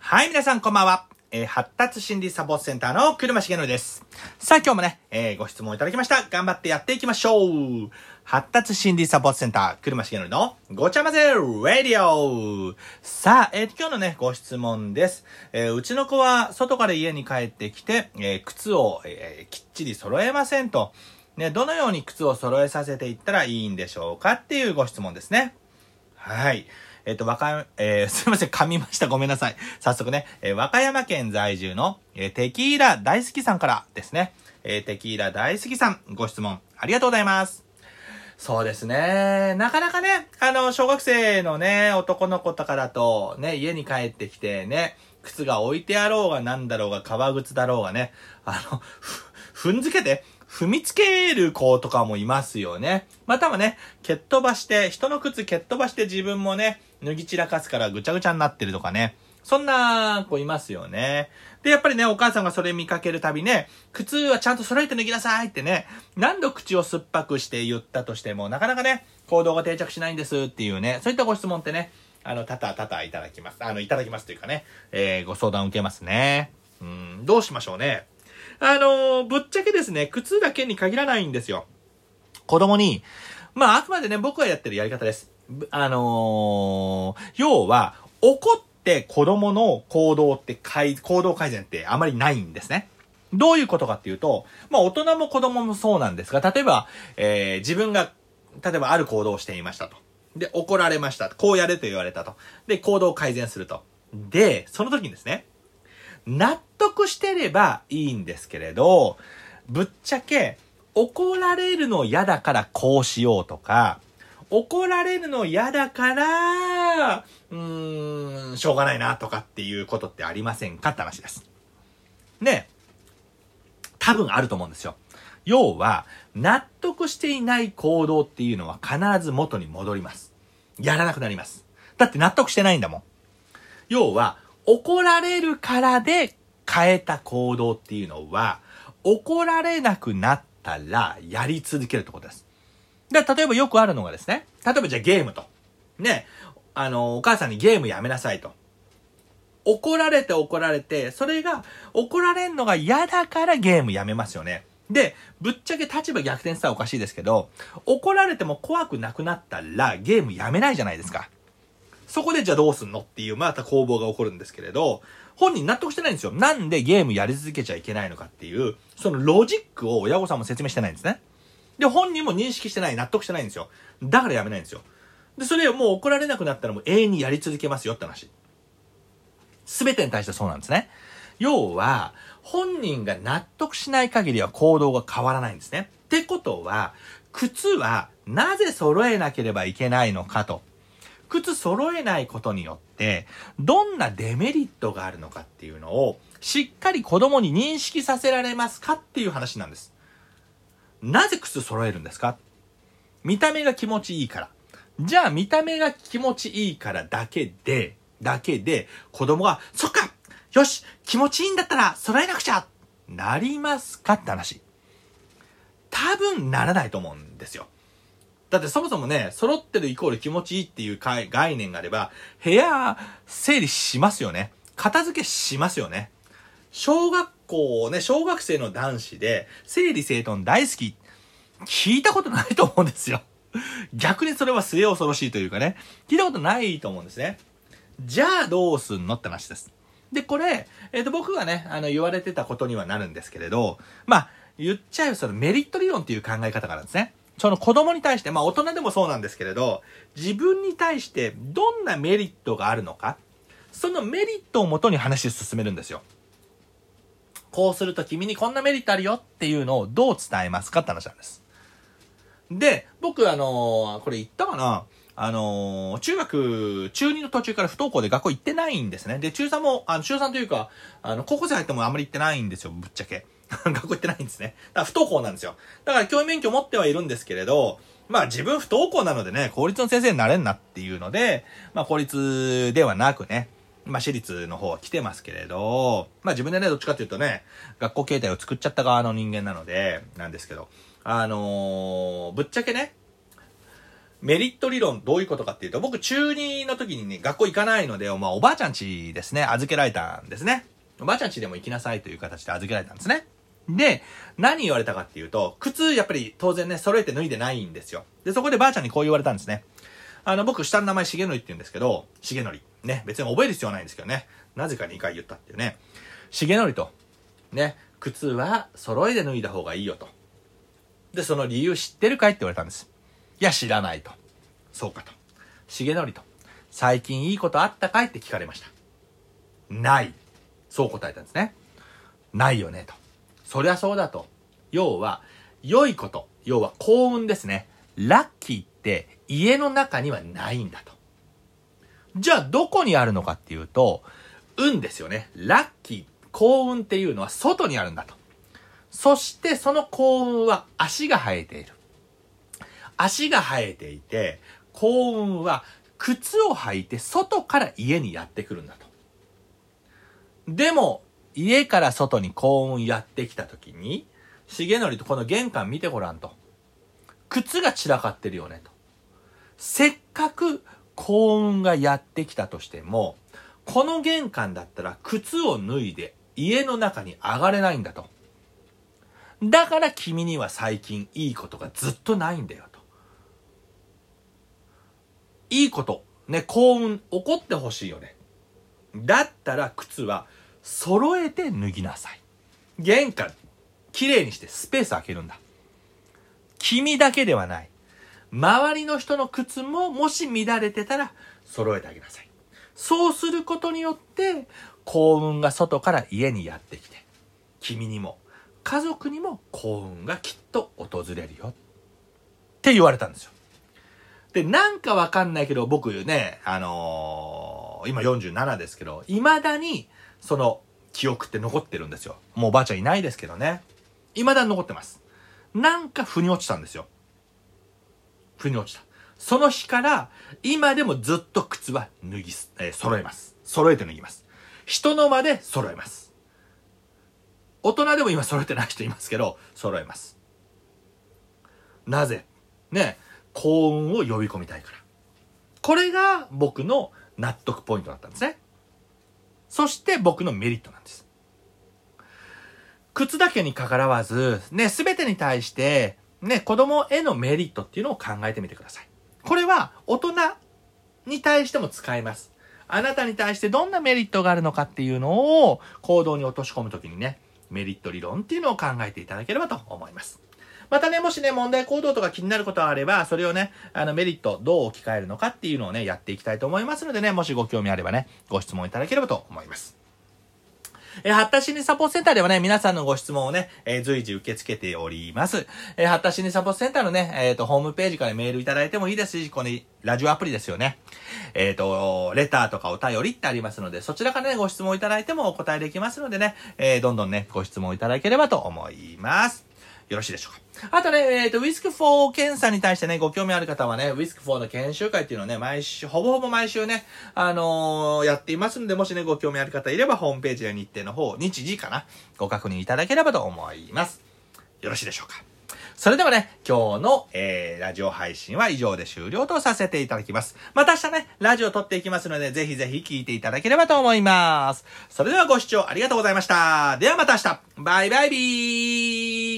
はい、皆さんこんばんは。発達心理サポートセンターの車重則です。さあ今日もね、ご質問いただきました。頑張ってやっていきましょう。発達心理サポートセンター、車重則のごちゃ混ぜラディオ。さあ、今日のね、ご質問です。うちの子は外から家に帰ってきて、靴を、きっちり揃えませんと。ね、どのように靴を揃えさせていったらいいんでしょうかっていうご質問ですね。はい。すいません、噛みました。ごめんなさい。早速ね、和歌山県在住の、テキーラ大好きさんからですね。テキーラ大好きさん、ご質問ありがとうございます。そうですね。なかなかね、小学生のね、男の子とかだと、ね、家に帰ってきてね、靴が置いてあろうがなんだろうが、革靴だろうがね、踏んづけて、踏みつける子とかもいますよね。またはね、人の靴蹴っ飛ばして自分もね、脱ぎ散らかすからぐちゃぐちゃになってるとかね。そんな子いますよね。で、やっぱりね、お母さんがそれ見かけるたびね、靴はちゃんと揃えて脱ぎなさいってね、何度口を酸っぱくして言ったとしても、なかなかね、行動が定着しないんですっていうね、そういったご質問ってね、多々いただきます。いただきますというかね、ご相談を受けますね。どうしましょうね。ぶっちゃけですね、靴だけに限らないんですよ。子供に、あくまでね、僕がやってるやり方です。要は、怒って子供の行動改善ってあまりないんですね。どういうことかっていうと、大人も子供もそうなんですが、例えば、自分が、例えばある行動をしていましたと。で、怒られました。こうやれと言われたと。で、行動を改善すると。で、その時にですね、納得してればいいんですけれど、ぶっちゃけ怒られるの嫌だからこうしようとか、怒られるの嫌だから、しょうがないなとかっていうことってありませんかって話です。ね、多分あると思うんですよ。要は、納得していない行動っていうのは必ず元に戻ります。やらなくなります。だって納得してないんだもん。要は、怒られるからで変えた行動っていうのは、怒られなくなったらやり続けるってことです。例えばよくあるのがですね、例えばじゃあゲームと。ね、お母さんにゲームやめなさいと。怒られて、それが怒られんのが嫌だからゲームやめますよね。で、ぶっちゃけ立場逆転したらおかしいですけど、怒られても怖くなくなったらゲームやめないじゃないですか。そこでじゃあどうすんのっていうまた攻防が起こるんですけれど、本人納得してないんですよ。なんでゲームやり続けちゃいけないのかっていう、そのロジックを親御さんも説明してないんですね。で、本人も認識してない、納得してないんですよ。だからやめないんですよ。で、それをもう怒られなくなったらもう永遠にやり続けますよって話。すべてに対してそうなんですね。要は、本人が納得しない限りは行動が変わらないんですね。ってことは、靴はなぜ揃えなければいけないのかと。靴揃えないことによって、どんなデメリットがあるのかっていうのを、しっかり子供に認識させられますかっていう話なんです。なぜ靴揃えるんですか？見た目が気持ちいいから。じゃあ見た目が気持ちいいからだけで、子供が、そっか！よし！気持ちいいんだったら揃えなくちゃ！なりますかって話。多分ならないと思うんですよ。だってそもそもね、揃ってるイコール気持ちいいっていう概念があれば、部屋整理しますよね。片付けしますよね。小学生の男子で整理整頓大好き。聞いたことないと思うんですよ。逆にそれは末恐ろしいというかね、聞いたことないと思うんですね。じゃあどうすんのって話です。で、これ、僕がね、言われてたことにはなるんですけれど、言っちゃえばそのメリット理論っていう考え方があるんですね。その子供に対して、大人でもそうなんですけれど、自分に対してどんなメリットがあるのか、そのメリットをもとに話を進めるんですよ。こうすると君にこんなメリットあるよっていうのをどう伝えますかって話なんです。で、僕これ言ったかな？中2の途中から不登校で学校行ってないんですね。で、中3というか、高校生入ってもあんまり行ってないんですよ、ぶっちゃけ。学校行ってないんですね。だから不登校なんですよ。だから教員免許持ってはいるんですけれど、自分不登校なのでね、公立の先生になれんなっていうので、公立ではなくね、私立の方は来てますけれど、自分でね、どっちかっていうとね、学校形態を作っちゃった側の人間なので、なんですけど、ぶっちゃけね、 メリット理論どういうことかっていうと、僕中2の時にね、学校行かないので、おばあちゃん家ですね、預けられたんですね。おばあちゃん家でも行きなさいという形で預けられたんですね。で、何言われたかっていうと、靴やっぱり当然ね、揃えて脱いでないんですよ。で、そこでばあちゃんにこう言われたんですね。僕下の名前重則って言うんですけど、重則。ね、別に覚える必要はないんですけどね。なぜか2回言ったっていうね。重則と、ね、靴は揃えて脱いだ方がいいよと。で、その理由知ってるかいって言われたんです。いや、知らないと。そうかと。重則と。最近いいことあったかいって聞かれました。ない。そう答えたんですね。ないよねと。そりゃそうだと。要は、良いこと。要は幸運ですね。ラッキーって家の中にはないんだと。じゃあどこにあるのかっていうと、運ですよね。ラッキー、幸運っていうのは外にあるんだと。そしてその幸運は足が生えている。足が生えていて、幸運は靴を履いて外から家にやってくるんだと。でも、家から外に幸運やってきたときに、重則とこの玄関見てごらんと。靴が散らかってるよねと。せっかく幸運がやってきたとしても、この玄関だったら靴を脱いで家の中に上がれないんだと。だから君には最近いいことがずっとないんだよと。いいこと、ね、幸運起こってほしいよね。だったら靴は揃えて脱ぎなさい。玄関、きれいにしてスペース開けるんだ。君だけではない。周りの人の靴ももし乱れてたら揃えてあげなさい。そうすることによって幸運が外から家にやってきて、君にも家族にも幸運がきっと訪れるよって言われたんですよ。で、なんかわかんないけど僕ね、今47ですけど、未だにその記憶って残ってるんですよ。もうおばあちゃんいないですけどね。未だに残ってます。なんか腑に落ちたんですよ。腑に落ちた。その日から今でもずっと靴は揃えます。揃えて脱ぎます。人の間で揃えます。大人でも今揃えてない人いますけど、揃えます。なぜ？ね、幸運を呼び込みたいから。これが僕の納得ポイントだったんですね。そして僕のメリットなんです。靴だけにかかわらず、ね、すべてに対して、ね、子供へのメリットっていうのを考えてみてください。これは大人に対しても使えます。あなたに対してどんなメリットがあるのかっていうのを行動に落とし込むときにね、メリット理論っていうのを考えていただければと思います。またね、もしね、問題行動とか気になることがあれば、それをね、メリットどう置き換えるのかっていうのをね、やっていきたいと思いますのでね、もしご興味あればね、ご質問いただければと思います。発達心理サポートセンターではね、皆さんのご質問をね、随時受け付けております。発達心理サポートセンターのね、ホームページからメールいただいてもいいですし、このラジオアプリですよね。レターとかお便りってありますので、そちらからね、ご質問いただいてもお答えできますのでね、どんどんね、ご質問いただければと思います。よろしいでしょうか。あとね、ウィスク4検査に対してね、ご興味ある方はね、ウィスク4の研修会っていうのをね、ほぼほぼ毎週ね、やっていますので、もしね、ご興味ある方いれば、ホームページや日程の方、日時かな、ご確認いただければと思います。よろしいでしょうか。それではね、今日の、ラジオ配信は以上で終了とさせていただきます。また明日ね、ラジオ撮っていきますので、ぜひぜひ聞いていただければと思います。それではご視聴ありがとうございました。ではまた明日。バイバイビー。